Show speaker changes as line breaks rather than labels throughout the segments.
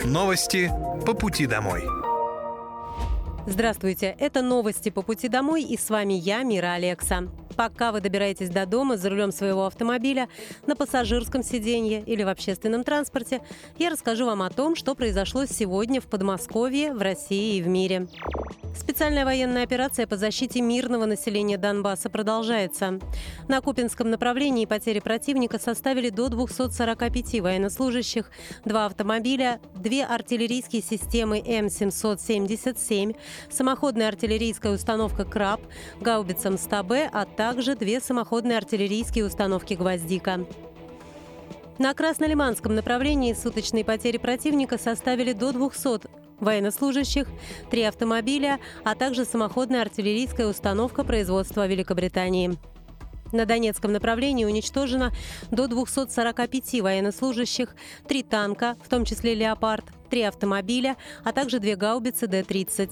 Новости по пути домой.
Здравствуйте, это новости по пути домой, и с вами я, Мира Алекса. Пока вы добираетесь до дома за рулем своего автомобиля, на пассажирском сиденье или в общественном транспорте, я расскажу вам о том, что произошло сегодня в Подмосковье, в России и в мире. Специальная военная операция по защите мирного населения Донбасса продолжается. На Купянском направлении потери противника составили до 245 военнослужащих, 2 автомобиля, 2 артиллерийские системы М777, самоходная артиллерийская установка «Краб», гаубица МСТБ, а также 2 самоходные артиллерийские установки «Гвоздика». На Краснолиманском направлении суточные потери противника составили до 200 военнослужащих, 3 автомобиля, а также самоходная артиллерийская установка производства Великобритании. На Донецком направлении уничтожено до 245 военнослужащих, 3 танка, в том числе «Леопард», 3 автомобиля, а также 2 гаубицы Д-30.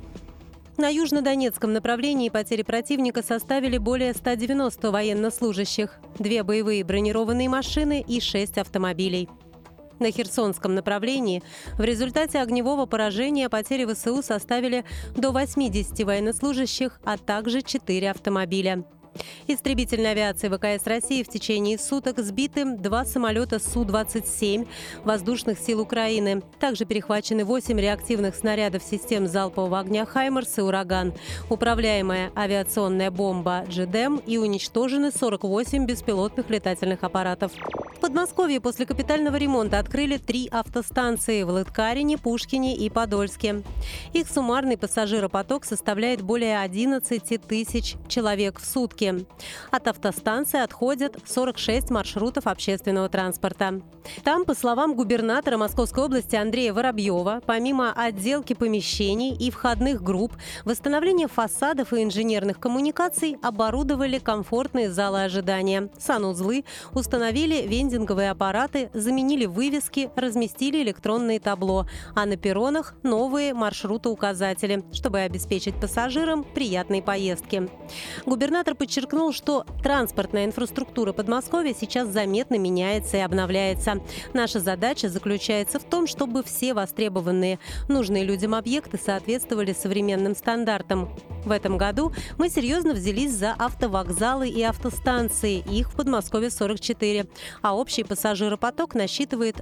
На южнодонецком направлении потери противника составили более 190 военнослужащих, 2 боевые бронированные машины и 6 автомобилей. На Херсонском направлении в результате огневого поражения потери ВСУ составили до 80 военнослужащих, а также 4 автомобиля. Истребительной авиацией ВКС России в течение суток сбиты 2 самолета Су-27 воздушных сил Украины. Также перехвачены 8 реактивных снарядов систем залпового огня «Хаймарс» и «Ураган», управляемая авиационная бомба «Джедем» и уничтожены 48 беспилотных летательных аппаратов. В Подмосковье после капитального ремонта открыли 3 автостанции в Лыткарине, Пушкине и Подольске. Их суммарный пассажиропоток составляет более 11 тысяч человек в сутки. От автостанции отходят 46 маршрутов общественного транспорта. Там, по словам губернатора Московской области Андрея Воробьева, помимо отделки помещений и входных групп, восстановления фасадов и инженерных коммуникаций оборудовали комфортные залы ожидания, санузлы, установили вендинговые аппараты, заменили вывески, разместили электронные табло, а на перронах новые маршрутоуказатели, чтобы обеспечить пассажирам приятные поездки. Губернатор подчеркнул, что транспортная инфраструктура Подмосковья сейчас заметно меняется и обновляется. Наша задача заключается в том, чтобы все востребованные, нужные людям объекты соответствовали современным стандартам. В этом году мы серьезно взялись за автовокзалы и автостанции. Их в Подмосковье 44, а общий пассажиропоток насчитывает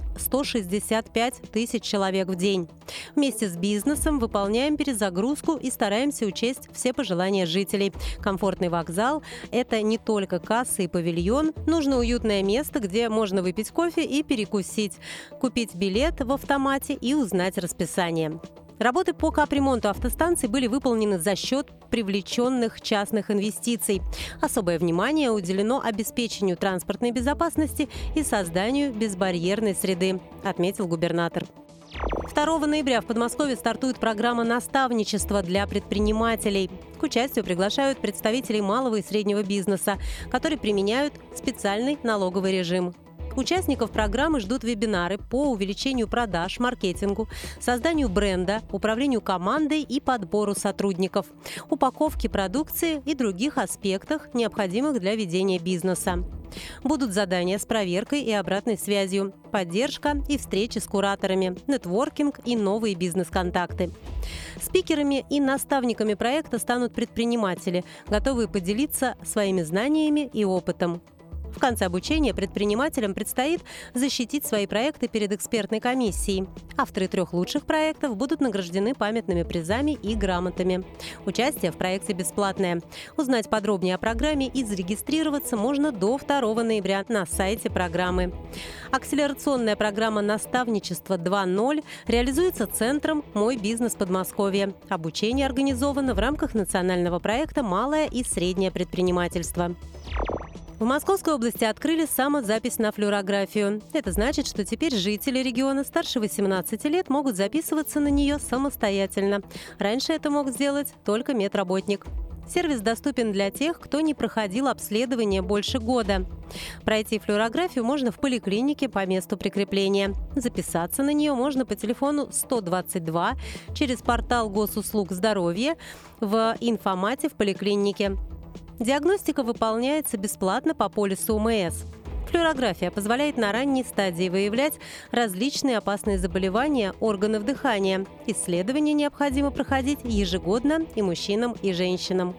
165 тысяч человек в день. Вместе с бизнесом выполняем перезагрузку и стараемся учесть все пожелания жителей. Комфортный вокзал – это не только касса и павильон. Нужно уютное место, где можно выпить кофе и перекусить, купить билет в автомате и узнать расписание. Работы по капремонту автостанций были выполнены за счет привлеченных частных инвестиций. Особое внимание уделено обеспечению транспортной безопасности и созданию безбарьерной среды, отметил губернатор. 2 ноября в Подмосковье стартует программа наставничества для предпринимателей. К участию приглашают представителей малого и среднего бизнеса, которые применяют специальный налоговый режим. Участников программы ждут вебинары по увеличению продаж, маркетингу, созданию бренда, управлению командой и подбору сотрудников, упаковке продукции и других аспектах, необходимых для ведения бизнеса. Будут задания с проверкой и обратной связью, поддержка и встречи с кураторами, нетворкинг и новые бизнес-контакты. Спикерами и наставниками проекта станут предприниматели, готовые поделиться своими знаниями и опытом. В конце обучения предпринимателям предстоит защитить свои проекты перед экспертной комиссией. Авторы 3 лучших проектов будут награждены памятными призами и грамотами. Участие в проекте бесплатное. Узнать подробнее о программе и зарегистрироваться можно до 2 ноября на сайте программы. Акселерационная программа «Наставничество 2.0» реализуется Центром «Мой бизнес Подмосковье». Обучение организовано в рамках национального проекта «Малое и среднее предпринимательство». В Московской области открыли самозапись на флюорографию. Это значит, что теперь жители региона старше 18 лет могут записываться на нее самостоятельно. Раньше это мог сделать только медработник. Сервис доступен для тех, кто не проходил обследование больше года. Пройти флюорографию можно в поликлинике по месту прикрепления. Записаться на нее можно по телефону 122 через портал Госуслуг здоровья в информате в поликлинике. Диагностика выполняется бесплатно по полису ОМС. Флюорография позволяет на ранней стадии выявлять различные опасные заболевания органов дыхания. Исследования необходимо проходить ежегодно и мужчинам, и женщинам.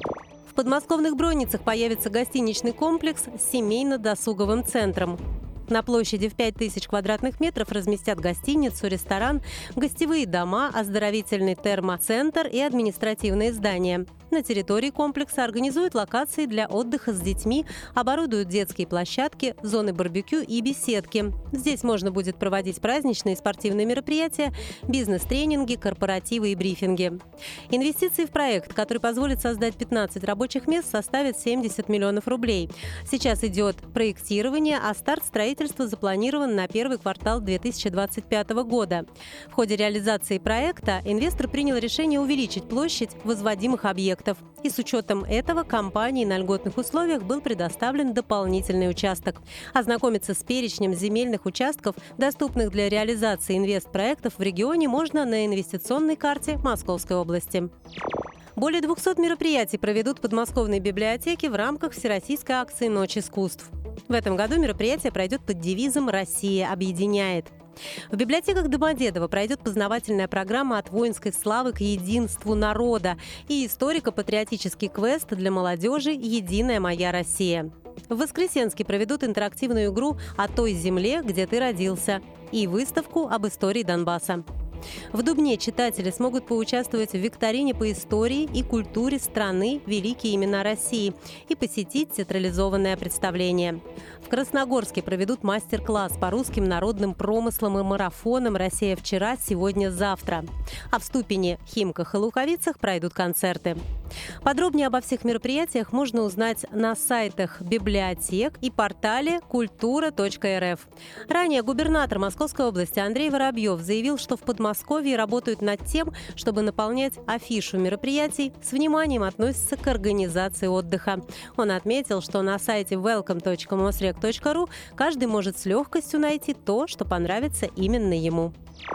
В подмосковных Бронницах появится гостиничный комплекс с семейно-досуговым центром. На площади в 5000 квадратных метров разместят гостиницу, ресторан, гостевые дома, оздоровительный термоцентр и административные здания. На территории комплекса организуют локации для отдыха с детьми, оборудуют детские площадки, зоны барбекю и беседки. Здесь можно будет проводить праздничные и спортивные мероприятия, бизнес-тренинги, корпоративы и брифинги. Инвестиции в проект, который позволит создать 15 рабочих мест, составят 70 миллионов рублей. Сейчас идет проектирование, а старт строительства запланирован на первый квартал 2025 года. В ходе реализации проекта инвестор принял решение увеличить площадь возводимых объектов. И с учетом этого компании на льготных условиях был предоставлен дополнительный участок. Ознакомиться с перечнем земельных участков, доступных для реализации инвестпроектов в регионе, можно на инвестиционной карте Московской области. Более 200 мероприятий проведут в подмосковной библиотеке в рамках всероссийской акции «Ночь искусств». В этом году мероприятие пройдет под девизом «Россия объединяет». В библиотеках Домодедово пройдет познавательная программа «От воинской славы к единству народа» и историко-патриотический квест для молодежи «Единая моя Россия». В Воскресенске проведут интерактивную игру «О той земле, где ты родился» и выставку об истории Донбасса. В Дубне читатели смогут поучаствовать в викторине по истории и культуре страны «Великие имена России» и посетить театрализованное представление. В Красногорске проведут мастер-класс по русским народным промыслам и марафонам «Россия вчера, сегодня, завтра». А в Ступине, Химках и Луковицах пройдут концерты. Подробнее обо всех мероприятиях можно узнать на сайтах библиотек и портале kultura.rf. Ранее губернатор Московской области Андрей Воробьев заявил, что в Подмосковье работают над тем, чтобы наполнять афишу мероприятий, с вниманием относятся к организации отдыха. Он отметил, что на сайте welcome.mosrec.ru каждый может с легкостью найти то, что понравится именно ему.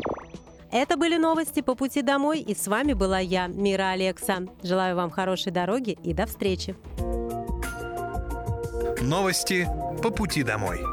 Это были новости по пути домой, и с вами была я, Мира Алекса. Желаю вам хорошей дороги и до встречи.
Новости по пути домой.